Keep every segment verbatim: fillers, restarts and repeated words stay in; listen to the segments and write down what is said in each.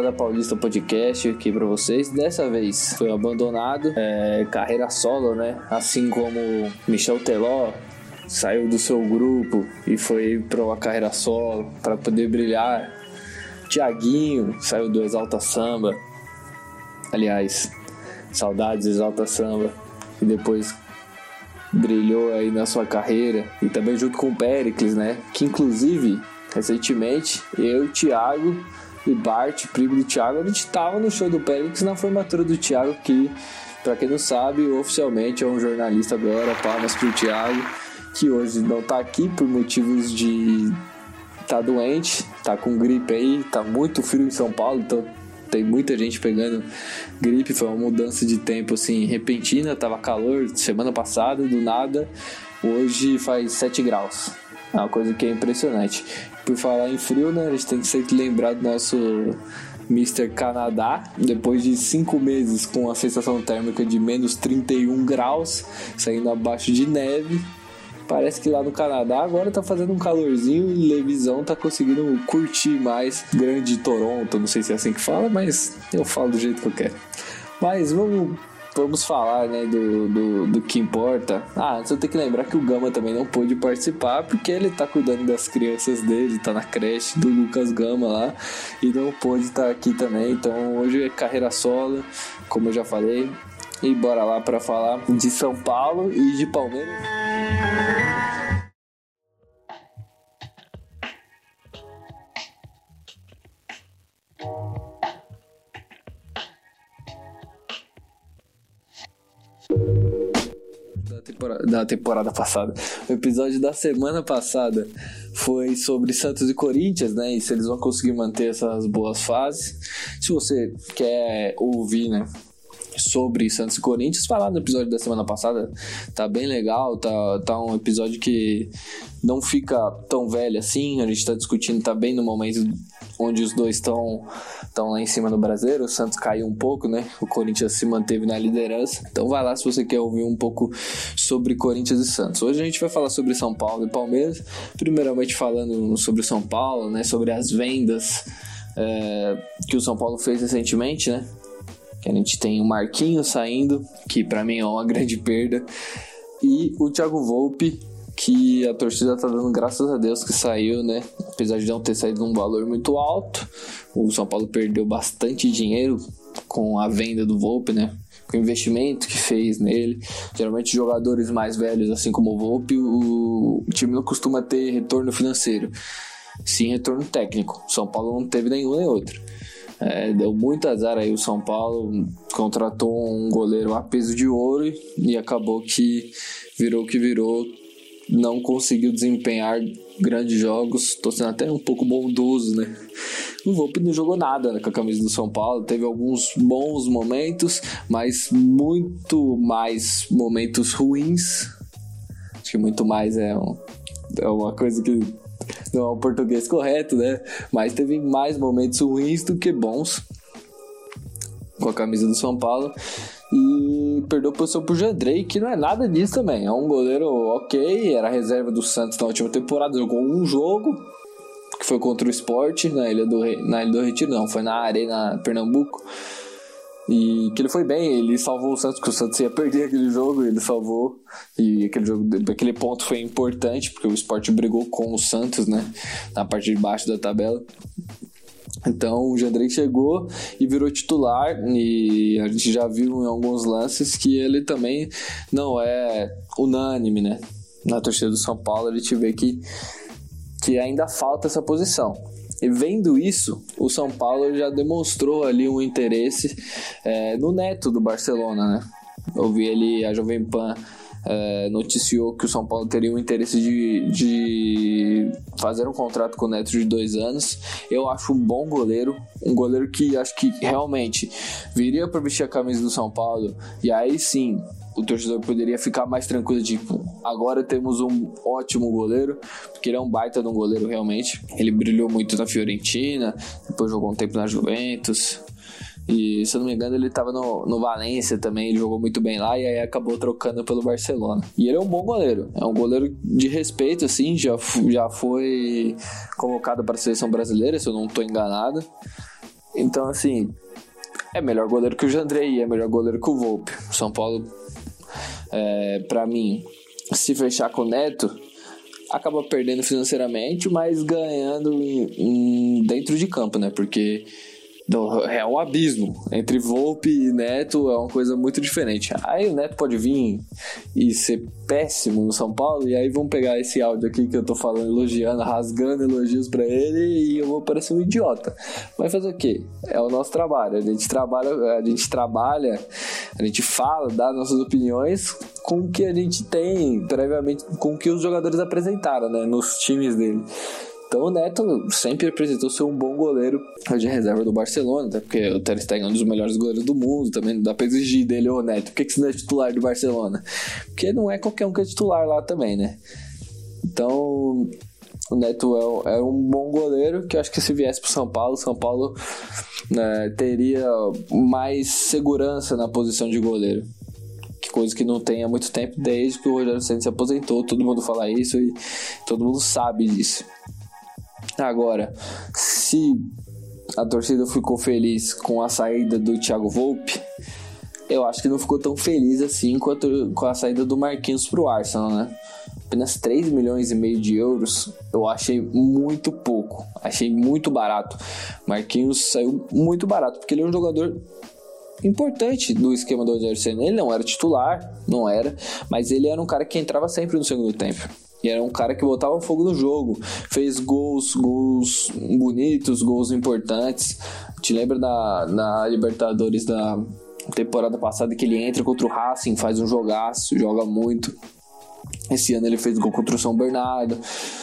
Calçada Paulista Podcast aqui pra vocês. Dessa vez foi abandonado, é, carreira solo, né? Assim como Michel Teló saiu do seu grupo e foi para uma carreira solo para poder brilhar. Thiaguinho saiu do Exalta Samba, aliás, saudades Exalta Samba, e depois brilhou aí na sua carreira, e também junto com o Péricles, né? Que inclusive recentemente eu, Thiago e Bart, primo do Thiago, a gente tava no show do Péricles na formatura do Thiago, que pra quem não sabe, oficialmente é um jornalista agora. Palmas pro Thiago, que hoje não tá aqui por motivos de tá doente, tá com gripe aí, tá muito frio em São Paulo, então tem muita gente pegando gripe. Foi uma mudança de tempo assim repentina, tava calor semana passada, do nada hoje faz sete graus, é uma coisa que é impressionante. Por falar em frio, né, a gente tem que sempre lembrar do nosso mister Canadá. Depois de cinco meses com a sensação térmica de menos trinta e um graus, saindo abaixo de neve, parece que lá no Canadá agora tá fazendo um calorzinho e Levisão tá conseguindo curtir mais. Grande Toronto, não sei se é assim que fala, mas eu falo do jeito que eu quero. Mas vamos, vamos falar, né, do, do, do que importa. Ah, antes eu tenho que lembrar que o Gama também não pôde participar, porque ele tá cuidando das crianças dele, tá na creche do Lucas Gama lá, e não pôde estar aqui também. Então hoje é carreira solo, como eu já falei. E bora lá para falar de São Paulo e de Palmeiras. Da temporada, da temporada passada. O episódio da semana passada foi sobre Santos e Corinthians, né? E se eles vão conseguir manter essas boas fases. Se você quer ouvir, né, sobre Santos e Corinthians, falar no episódio da semana passada, tá bem legal, tá, tá um episódio que não fica tão velho assim, a gente tá discutindo, tá bem no momento onde os dois estão estão lá em cima no Brasileiro. O Santos caiu um pouco, né, o Corinthians se manteve na liderança, então vai lá se você quer ouvir um pouco sobre Corinthians e Santos. Hoje a gente vai falar sobre São Paulo e Palmeiras, primeiramente falando sobre São Paulo, né, sobre as vendas é, que o São Paulo fez recentemente, né. A gente tem o Marquinhos saindo, que pra mim é uma grande perda, e o Thiago Volpi, que a torcida tá dando graças a Deus que saiu, né? Apesar de não ter saído num valor muito alto, o São Paulo perdeu bastante dinheiro com a venda do Volpi, né? Com o investimento que fez nele. Geralmente jogadores mais velhos, assim como o Volpi, o time não costuma ter retorno financeiro, sim retorno técnico. O São Paulo não teve nenhum nem outro. É, deu muito azar aí o São Paulo, contratou um goleiro a peso de ouro e acabou que virou o que virou, não conseguiu desempenhar grandes jogos. Tô sendo até um pouco bondoso, né? O Volpi não jogou nada, né, com a camisa do São Paulo, teve alguns bons momentos, mas muito mais momentos ruins. Acho que muito mais é, um, é uma coisa que não é o português correto, né? Mas teve mais momentos ruins do que bons com a camisa do São Paulo. E perdeu posição pro Jandrei, que não é nada disso também. É um goleiro ok, era reserva do Santos na última temporada, jogou um jogo, que foi contra o Sport, na Ilha do, Re... na Ilha do Retiro, não, foi na Arena Pernambuco. E que ele foi bem, ele salvou o Santos, porque o Santos ia perder aquele jogo, ele salvou. E aquele, jogo, aquele ponto foi importante, porque o Sport brigou com o Santos, né, na parte de baixo da tabela. Então o Jandrei chegou e virou titular, e a gente já viu em alguns lances que ele também não é unânime, né, na torcida do São Paulo. A gente vê que, que ainda falta essa posição. E vendo isso, o São Paulo já demonstrou ali um interesse é, no Neto do Barcelona, né? Eu vi ali, a Jovem Pan é, noticiou que o São Paulo teria um interesse de, de fazer um contrato com o Neto de dois anos. Eu acho um bom goleiro, um goleiro que acho que realmente viria para vestir a camisa do São Paulo, e aí sim o torcedor poderia ficar mais tranquilo, tipo, agora temos um ótimo goleiro, porque ele é um baita de um goleiro realmente. Ele brilhou muito na Fiorentina, depois jogou um tempo na Juventus, e se eu não me engano ele estava no, no Valência também, ele jogou muito bem lá, e aí acabou trocando pelo Barcelona. E ele é um bom goleiro, é um goleiro de respeito, assim, já, já foi convocado para a seleção brasileira, se eu não estou enganado. Então, assim, é melhor goleiro que o Jandrei, é melhor goleiro que o Volpi. O São Paulo, é, pra mim, se fechar com o Neto, acaba perdendo financeiramente, mas ganhando em, em, dentro de campo, né? Porque do, é um abismo entre Volpi e Neto, é uma coisa muito diferente. Aí o Neto pode vir e ser péssimo no São Paulo, e aí vamos pegar esse áudio aqui que eu tô falando, elogiando, rasgando elogios pra ele, e eu vou parecer um idiota. Mas fazer o quê? É o nosso trabalho. A gente trabalha, a gente trabalha, a gente fala, dá nossas opiniões com o que a gente tem previamente, com o que os jogadores apresentaram, né, nos times dele. Então o Neto sempre apresentou ser um bom goleiro de reserva do Barcelona, até porque o Ter Stegen é um dos melhores goleiros do mundo, também não dá pra exigir dele, ô Neto, por que, que você não é titular do Barcelona? Porque não é qualquer um que é titular lá também, né? Então o Neto é, é um bom goleiro, que eu acho que se viesse pro São Paulo, São Paulo, né, teria mais segurança na posição de goleiro. Que coisa que não tem há muito tempo, desde que o Rogério Ceni se aposentou. Todo mundo fala isso e todo mundo sabe disso. Agora, se a torcida ficou feliz com a saída do Thiago Volpi, eu acho que não ficou tão feliz assim quanto com a saída do Marquinhos pro Arsenal, né? Apenas três milhões e meio de euros eu achei muito pouco, achei muito barato. Marquinhos saiu muito barato, porque ele é um jogador importante do esquema do Rogério Ceni. Ele não era titular, não era, mas ele era um cara que entrava sempre no segundo tempo. E era um cara que botava fogo no jogo, fez gols, gols bonitos, gols importantes. Te lembra da, na Libertadores da temporada passada que ele entra contra o Racing, faz um jogaço, joga muito. Esse ano ele fez gol contra o São Bernardo,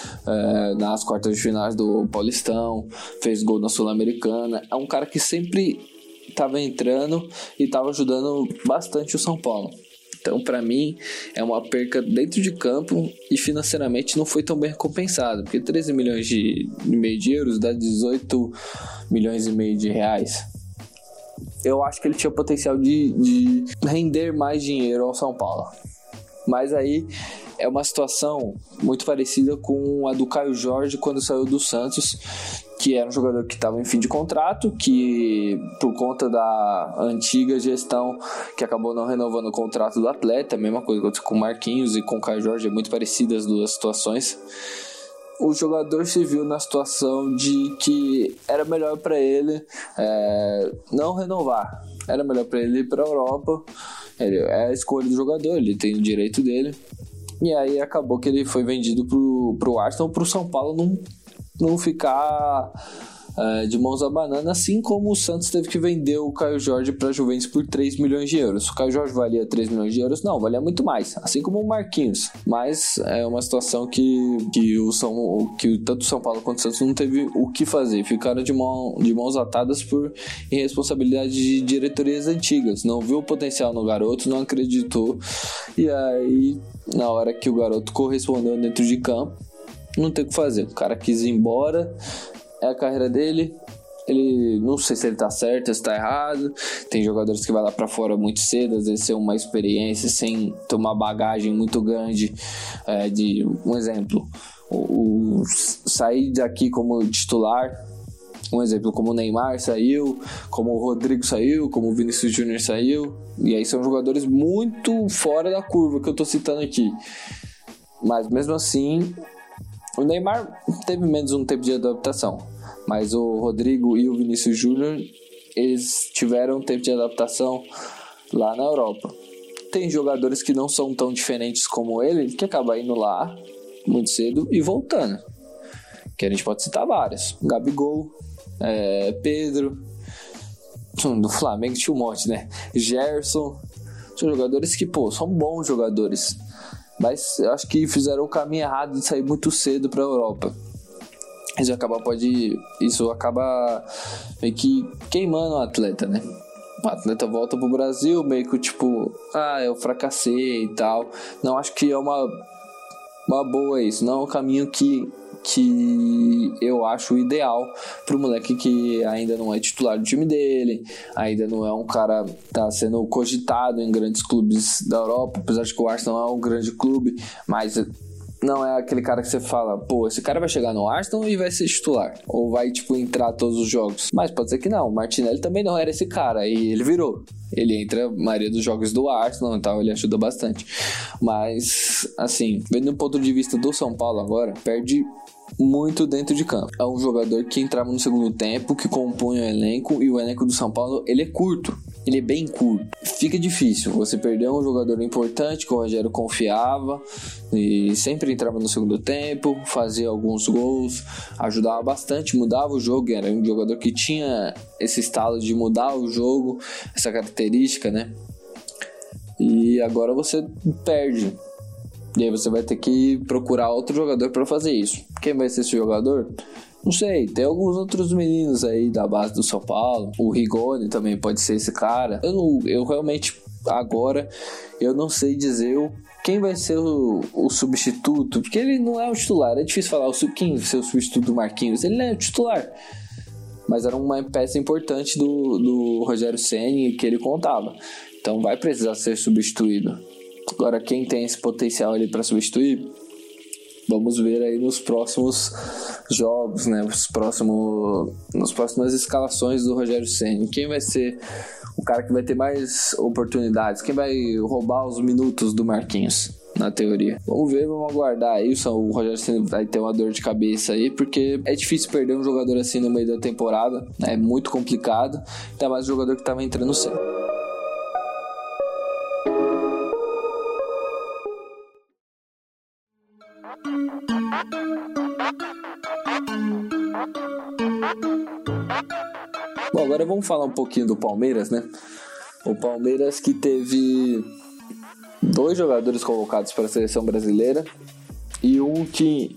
é, nas quartas de finais do Paulistão, fez gol na Sul-Americana. É um cara que sempre estava entrando e estava ajudando bastante o São Paulo. Então, para mim, é uma perca dentro de campo e financeiramente não foi tão bem recompensado, porque treze milhões e meio de euros dá dezoito milhões e meio de reais. Eu acho que ele tinha o potencial de, de render mais dinheiro ao São Paulo. Mas aí é uma situação muito parecida com a do Caio Jorge quando saiu do Santos, que era um jogador que estava em fim de contrato, que por conta da antiga gestão que acabou não renovando o contrato do atleta, a mesma coisa com o Marquinhos e com o Caio Jorge, é muito parecida as duas situações. O jogador se viu na situação de que era melhor para ele é, não renovar, era melhor para ele ir para a Europa. Ele, é a escolha do jogador, ele tem o direito dele. E aí acabou que ele foi vendido pro, pro Arsenal, pro São Paulo não, não ficar uh, de mãos à banana, assim como o Santos teve que vender o Caio Jorge pra Juventus por três milhões de euros. O Caio Jorge valia três milhões de euros? Não, valia muito mais, assim como o Marquinhos. Mas é uma situação que, que, o São, que tanto o São Paulo quanto o Santos não teve o que fazer. Ficaram de, mão, de mãos atadas por irresponsabilidade de diretorias antigas. Não viu o potencial no garoto, não acreditou. E aí, na hora que o garoto correspondeu dentro de campo, não tem o que fazer. O cara quis ir embora, é a carreira dele. Ele, não sei se ele tá certo, se tá errado. Tem jogadores que vai lá pra fora muito cedo, às vezes sem uma experiência, sem ter uma bagagem muito grande. É, de um exemplo, o, o sair daqui como titular. Um exemplo, como o Neymar saiu, como o Rodrigo saiu, como o Vinícius Júnior saiu. E aí são jogadores muito fora da curva que eu tô citando aqui. Mas mesmo assim, o Neymar teve menos um tempo de adaptação. Mas o Rodrigo e o Vinícius Júnior, eles tiveram um tempo de adaptação lá na Europa. Tem jogadores que não são tão diferentes como ele, que acabam indo lá muito cedo e voltando. Que a gente pode citar vários. Gabigol, É, Pedro, do Flamengo tinha um monte, né? Gerson, são jogadores que, pô, são bons jogadores, mas eu acho que fizeram o caminho errado de sair muito cedo para a Europa. Isso acaba, pode, isso acaba meio que queimando o atleta, né? O atleta volta pro Brasil meio que tipo, ah, eu fracassei e tal. Não acho que é uma, uma boa isso, não é um caminho que que eu acho ideal pro moleque que ainda não é titular do time dele, ainda não é um cara que tá sendo cogitado em grandes clubes da Europa, apesar de que o Arsenal é um grande clube, mas não é aquele cara que você fala, pô, esse cara vai chegar no Arsenal e vai ser titular, ou vai, tipo, entrar todos os jogos. Mas pode ser que não, o Martinelli também não era esse cara, e ele virou. Ele entra na maioria dos jogos do Arsenal e tal, ele ajuda bastante. Mas, assim, vendo do ponto de vista do São Paulo agora, perde muito dentro de campo. É um jogador que entrava no segundo tempo, que compunha o elenco, e o elenco do São Paulo, ele é curto. Ele é bem curto. Fica difícil. Você perdeu um jogador importante que o Rogério confiava e sempre entrava no segundo tempo, fazia alguns gols, ajudava bastante, mudava o jogo. Era um jogador que tinha esse estalo de mudar o jogo, essa característica, né? E agora você perde. E aí você vai ter que procurar outro jogador para fazer isso. Quem vai ser esse jogador? Não sei, tem alguns outros meninos aí da base do São Paulo. O Rigoni também pode ser esse cara. Eu, não, eu realmente, agora, eu não sei dizer o, quem vai ser o, o substituto, porque ele não é o titular. É difícil falar o, quem vai ser o substituto do Marquinhos. Ele não é o titular, mas era uma peça importante do, do Rogério Ceni que ele contava. Então vai precisar ser substituído. Agora, quem tem esse potencial ali para substituir, vamos ver aí nos próximos jogos, né? Os próximos, nas próximas escalações do Rogério Ceni. Quem vai ser o cara que vai ter mais oportunidades? Quem vai roubar os minutos do Marquinhos, na teoria? Vamos ver, vamos aguardar aí. O Rogério Ceni vai ter uma dor de cabeça aí, porque é difícil perder um jogador assim no meio da temporada, né? É muito complicado, ainda mais um jogador que estava entrando cedo. Bom, agora vamos falar um pouquinho do Palmeiras, né? O Palmeiras que teve dois jogadores convocados para a seleção brasileira e um que,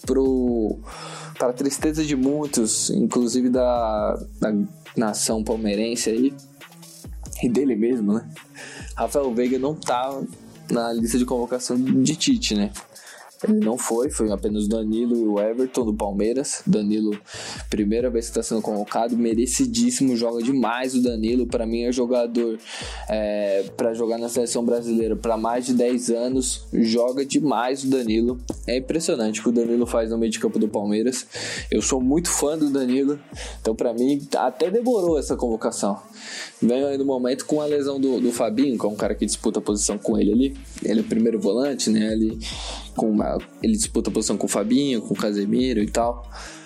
para a tristeza de muitos, inclusive da, da nação palmeirense aí, e dele mesmo, né? Rafael Veiga não tá na lista de convocação de Tite, né? Ele não foi, foi apenas o Danilo e o Everton do Palmeiras. Danilo, primeira vez que está sendo convocado, merecidíssimo, joga demais o Danilo. Para mim é jogador é, para jogar na seleção brasileira para mais de dez anos, joga demais o Danilo. É impressionante o que o Danilo faz no meio de campo do Palmeiras. Eu sou muito fã do Danilo, então para mim até demorou essa convocação. Venho aí no momento com a lesão do, do Fabinho, que é um cara que disputa a posição com ele ali. Ele é o primeiro volante, né? Ele, com uma, ele disputa a posição com o Fabinho, com o Casemiro e tal.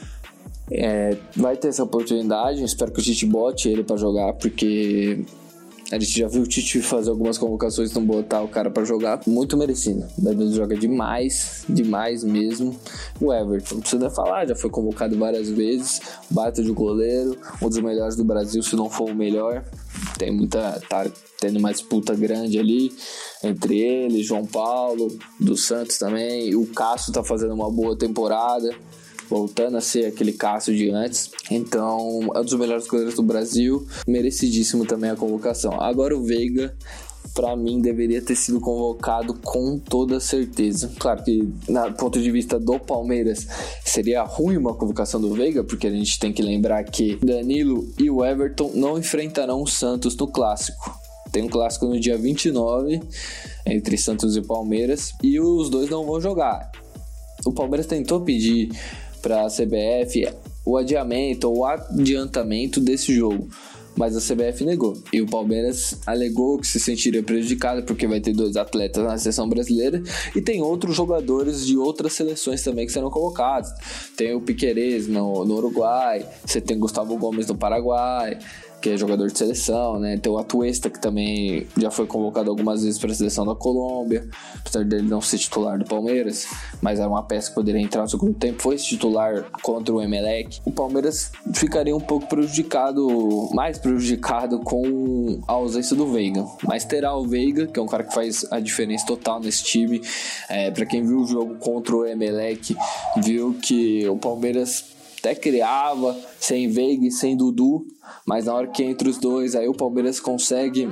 É, vai ter essa oportunidade. Espero que o Tite bote ele pra jogar, porque a gente já viu o Tite fazer algumas convocações e não botar o cara pra jogar. Muito merecido. O Danilo joga demais, demais mesmo. O Everton, não precisa falar, já foi convocado várias vezes. Baita de goleiro, um dos melhores do Brasil, se não for o melhor. Tem muita, tá tendo uma disputa grande ali entre ele, João Paulo, do Santos também. O Cássio tá fazendo uma boa temporada, voltando a ser aquele Cássio de antes. Então, é um dos melhores goleiros do Brasil, merecidíssimo também a convocação. Agora o Veiga, pra mim, deveria ter sido convocado com toda certeza. Claro que, do ponto de vista do Palmeiras, seria ruim uma convocação do Veiga, porque a gente tem que lembrar que Danilo e o Everton não enfrentarão o Santos no Clássico. Tem um Clássico no dia vinte e nove, entre Santos e Palmeiras, e os dois não vão jogar. O Palmeiras tentou pedir para a C B F o adiamento ou adiantamento desse jogo, mas a C B F negou. E o Palmeiras alegou que se sentiria prejudicado porque vai ter dois atletas na seleção brasileira e tem outros jogadores de outras seleções também que serão convocados. Tem o Piquerez no, no Uruguai, você tem Gustavo Gomes no Paraguai, que é jogador de seleção, né? Tem o Atuesta, que também já foi convocado algumas vezes para a seleção da Colômbia, apesar dele não ser titular do Palmeiras, mas era uma peça que poderia entrar no segundo tempo, foi titular contra o Emelec. O Palmeiras ficaria um pouco prejudicado, mais prejudicado com a ausência do Veiga, mas terá o Veiga, que é um cara que faz a diferença total nesse time. É, para quem viu o jogo contra o Emelec, viu que o Palmeiras até criava sem Veiga e sem Dudu, mas na hora que entre os dois, aí o Palmeiras consegue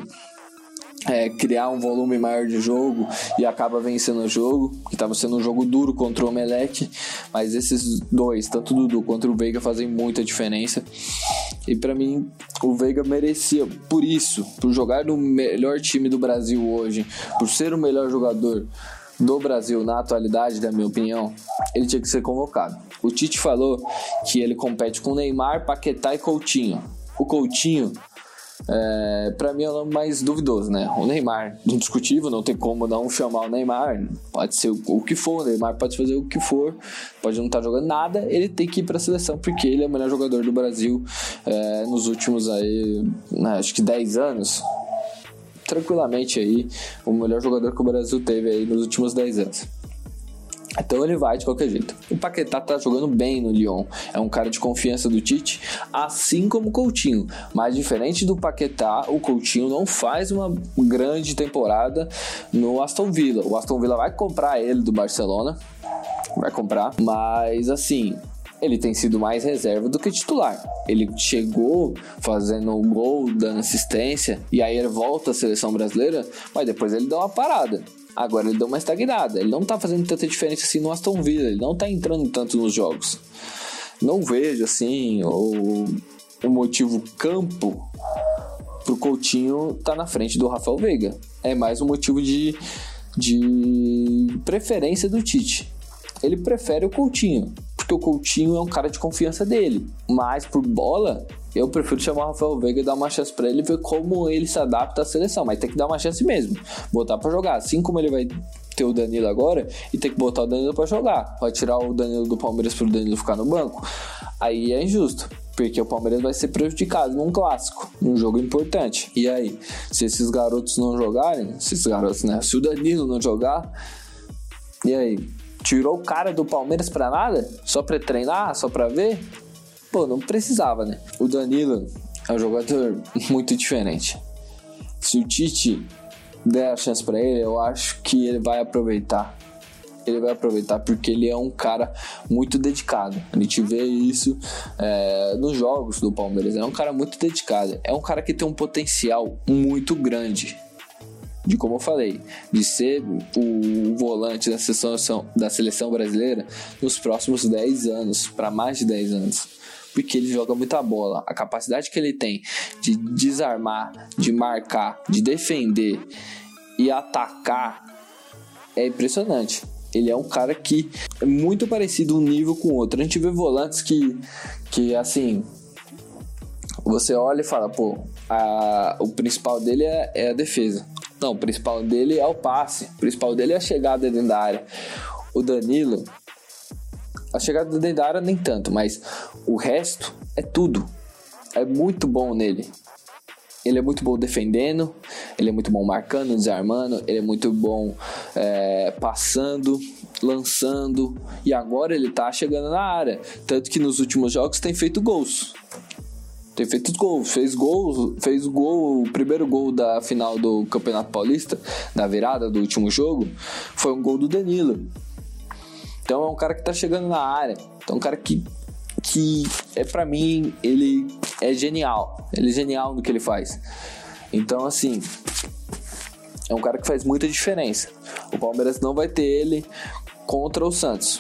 é, criar um volume maior de jogo e acaba vencendo o jogo, que estava sendo um jogo duro contra o Emelec, mas esses dois, tanto o Dudu quanto o Veiga, fazem muita diferença. E pra mim, o Veiga merecia, por isso, por jogar no melhor time do Brasil hoje, por ser o melhor jogador do Brasil na atualidade, na minha opinião, ele tinha que ser convocado. O Tite falou que ele compete com Neymar, Paquetá e Coutinho. O Coutinho, é, pra mim, é o nome mais duvidoso, né? O Neymar, indiscutível, não tem como não chamar o Neymar. Pode ser o, o que for, o Neymar pode fazer o que for, pode não estar jogando nada, ele tem que ir pra seleção, porque ele é o melhor jogador do Brasil é, nos últimos aí, né, acho que dez anos. Tranquilamente aí, o melhor jogador que o Brasil teve aí nos últimos dez anos. Então ele vai de qualquer jeito. O Paquetá tá jogando bem no Lyon. É um cara de confiança do Tite, assim como o Coutinho. Mas diferente do Paquetá, o Coutinho não faz uma grande temporada no Aston Villa. O Aston Villa vai comprar ele do Barcelona. Vai comprar. Mas assim, ele tem sido mais reserva do que titular. Ele chegou fazendo gol, dando assistência, e aí ele volta à seleção brasileira, mas depois ele dá uma parada. Agora ele deu uma estagnada. Ele não tá fazendo tanta diferença assim no Aston Villa. Ele não tá entrando tanto nos jogos. Não vejo assim o, o motivo campo pro Coutinho tá na frente do Rafael Veiga. É mais um motivo de, de preferência do Tite. Ele prefere o Coutinho, porque o Coutinho é um cara de confiança dele. Mas por bola, eu prefiro chamar o Rafael Veiga e dar uma chance pra ele, ver como ele se adapta à seleção. Mas tem que dar uma chance mesmo, botar pra jogar. Assim como ele vai ter o Danilo agora, e tem que botar o Danilo pra jogar. Vai tirar o Danilo do Palmeiras pro Danilo ficar no banco, aí é injusto, porque o Palmeiras vai ser prejudicado num clássico, num jogo importante. E aí, se esses garotos não jogarem, se esses garotos, né? Se o Danilo não jogar, e aí? Tirou o cara do Palmeiras pra nada? Só pra treinar? Só pra ver? Pô, não precisava, né? O Danilo é um jogador muito diferente. Se o Tite der a chance pra ele, eu acho que ele vai aproveitar. Ele vai aproveitar porque ele é um cara muito dedicado. A gente vê isso é, nos jogos do Palmeiras. É um cara muito dedicado. É um cara que tem um potencial muito grande. De como eu falei, de ser o volante da seleção, da seleção brasileira nos próximos dez anos, para mais de dez anos. Porque ele joga muita bola. A capacidade que ele tem de desarmar, de marcar, de defender e atacar é impressionante. Ele é um cara que é muito parecido um nível com o outro. A gente vê volantes que, que assim, você olha e fala, pô, a, o principal dele é, é a defesa. Não, o principal dele é o passe. O principal dele é a chegada dentro da área. O Danilo, a chegada dentro da área nem tanto, mas o resto é tudo. É muito bom nele. Ele é muito bom defendendo, ele é muito bom marcando, desarmando, ele é muito bom é, passando, lançando, e agora ele tá chegando na área. Tanto que nos últimos jogos tem feito gols. Tem feito gols, fez gols, fez o gol, o primeiro gol da final do Campeonato Paulista, da virada do último jogo, foi um gol do Danilo. Então é um cara que tá chegando na área, então é um cara que, que é, pra mim, ele é genial, ele é genial no que ele faz. Então assim, é um cara que faz muita diferença. O Palmeiras não vai ter ele contra o Santos,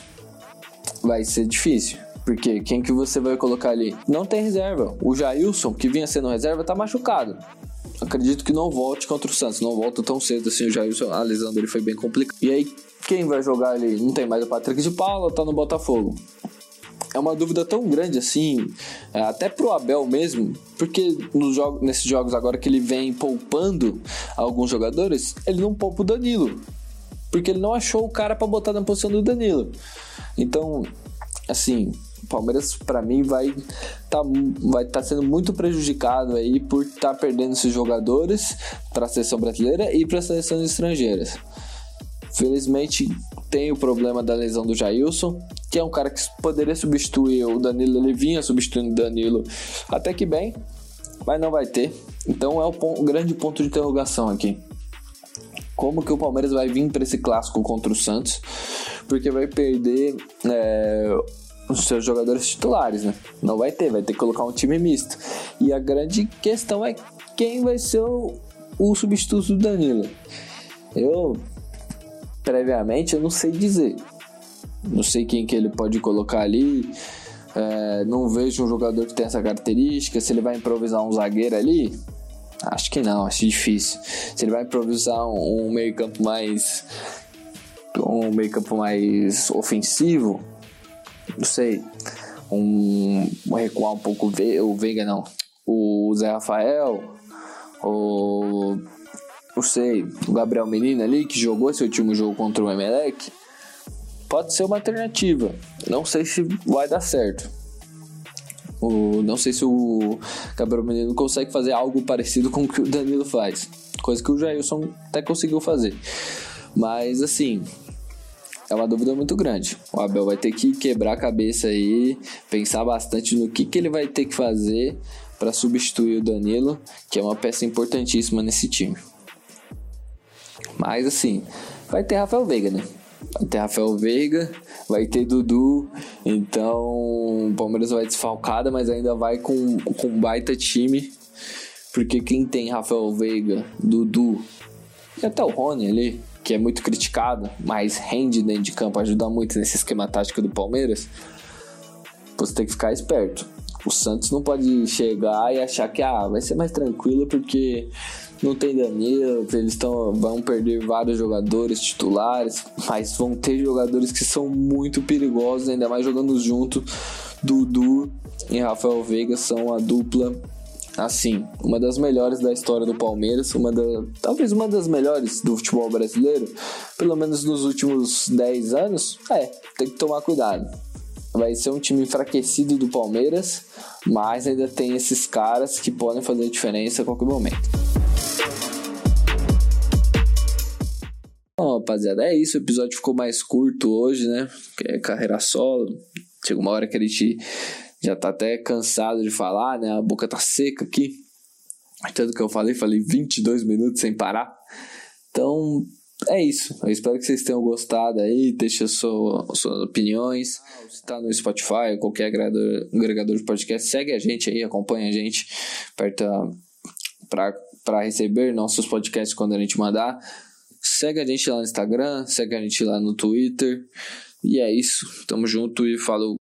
vai ser difícil. Porque quem que você vai colocar ali? Não tem reserva. O Jailson, que vinha sendo reserva, tá machucado. Acredito que não volte contra o Santos. Não volta tão cedo assim. O Jailson, a lesão dele foi bem complicada. E aí, quem vai jogar ali? Não tem mais o Patrick de Paula, tá no Botafogo. É uma dúvida tão grande assim, até pro Abel mesmo, porque nos jogos, nesses jogos agora que ele vem poupando alguns jogadores, ele não poupa o Danilo. Porque ele não achou o cara pra botar na posição do Danilo. Então, assim, o Palmeiras, pra mim, vai tá, vai tá sendo muito prejudicado aí por estar tá perdendo esses jogadores para a seleção brasileira e para as seleções estrangeiras. Felizmente, tem o problema da lesão do Jailson, que é um cara que poderia substituir o Danilo. Ele vinha substituindo o Danilo até que bem, mas não vai ter. Então é o, ponto, o grande ponto de interrogação aqui. Como que o Palmeiras vai vir para esse clássico contra o Santos? Porque vai perder é, os seus jogadores titulares, né? Não vai ter, vai ter que colocar um time misto. E a grande questão é quem vai ser o, o substituto do Danilo. Eu, previamente, eu não sei dizer. Não sei quem que ele pode colocar ali. É, não vejo um jogador que tem essa característica. Se ele vai improvisar um zagueiro ali, acho que não, acho difícil. Se ele vai improvisar um, um meio campo mais... um meio campo mais ofensivo, não sei, um, um recuar um pouco o Veiga, não, o Zé Rafael, ou não sei, o Gabriel Menino ali, que jogou esse último jogo contra o Emelec, pode ser uma alternativa. Não sei se vai dar certo. O, não sei se o Gabriel Menino consegue fazer algo parecido com o que o Danilo faz, coisa que o Jailson até conseguiu fazer. Mas assim, é uma dúvida muito grande. O Abel vai ter que quebrar a cabeça aí, pensar bastante no que, que ele vai ter que fazer para substituir o Danilo, que é uma peça importantíssima nesse time. Mas assim, vai ter Rafael Veiga, né? Vai ter Rafael Veiga, vai ter Dudu. Então o Palmeiras vai desfalcada, mas ainda vai com, com um baita time. Porque quem tem Rafael Veiga, Dudu e até o Rony ali, que é muito criticado, mas rende dentro de campo, ajuda muito nesse esquema tático do Palmeiras, você tem que ficar esperto. O Santos não pode chegar e achar que ah, vai ser mais tranquilo porque não tem Danilo, eles tão, vão perder vários jogadores titulares, mas vão ter jogadores que são muito perigosos, ainda mais jogando junto. Dudu e Rafael Veiga são a dupla, assim, uma das melhores da história do Palmeiras, uma da, talvez uma das melhores do futebol brasileiro, pelo menos nos últimos dez anos. É, tem que tomar cuidado. Vai ser um time enfraquecido do Palmeiras, mas ainda tem esses caras que podem fazer diferença a qualquer momento. Bom, rapaziada, é isso. O episódio ficou mais curto hoje, né? Que é carreira solo. Chega uma hora que a gente já tá até cansado de falar, né? A boca tá seca aqui. Tanto que eu falei, falei vinte e dois minutos sem parar. Então, é isso. Eu espero que vocês tenham gostado aí. Deixa sua, suas opiniões. Se tá no Spotify ou qualquer agregador, agregador de podcast, segue a gente aí, acompanha a gente. Aperta pra, pra receber nossos podcasts quando a gente mandar. Segue a gente lá no Instagram, segue a gente lá no Twitter. E é isso. Tamo junto e falou.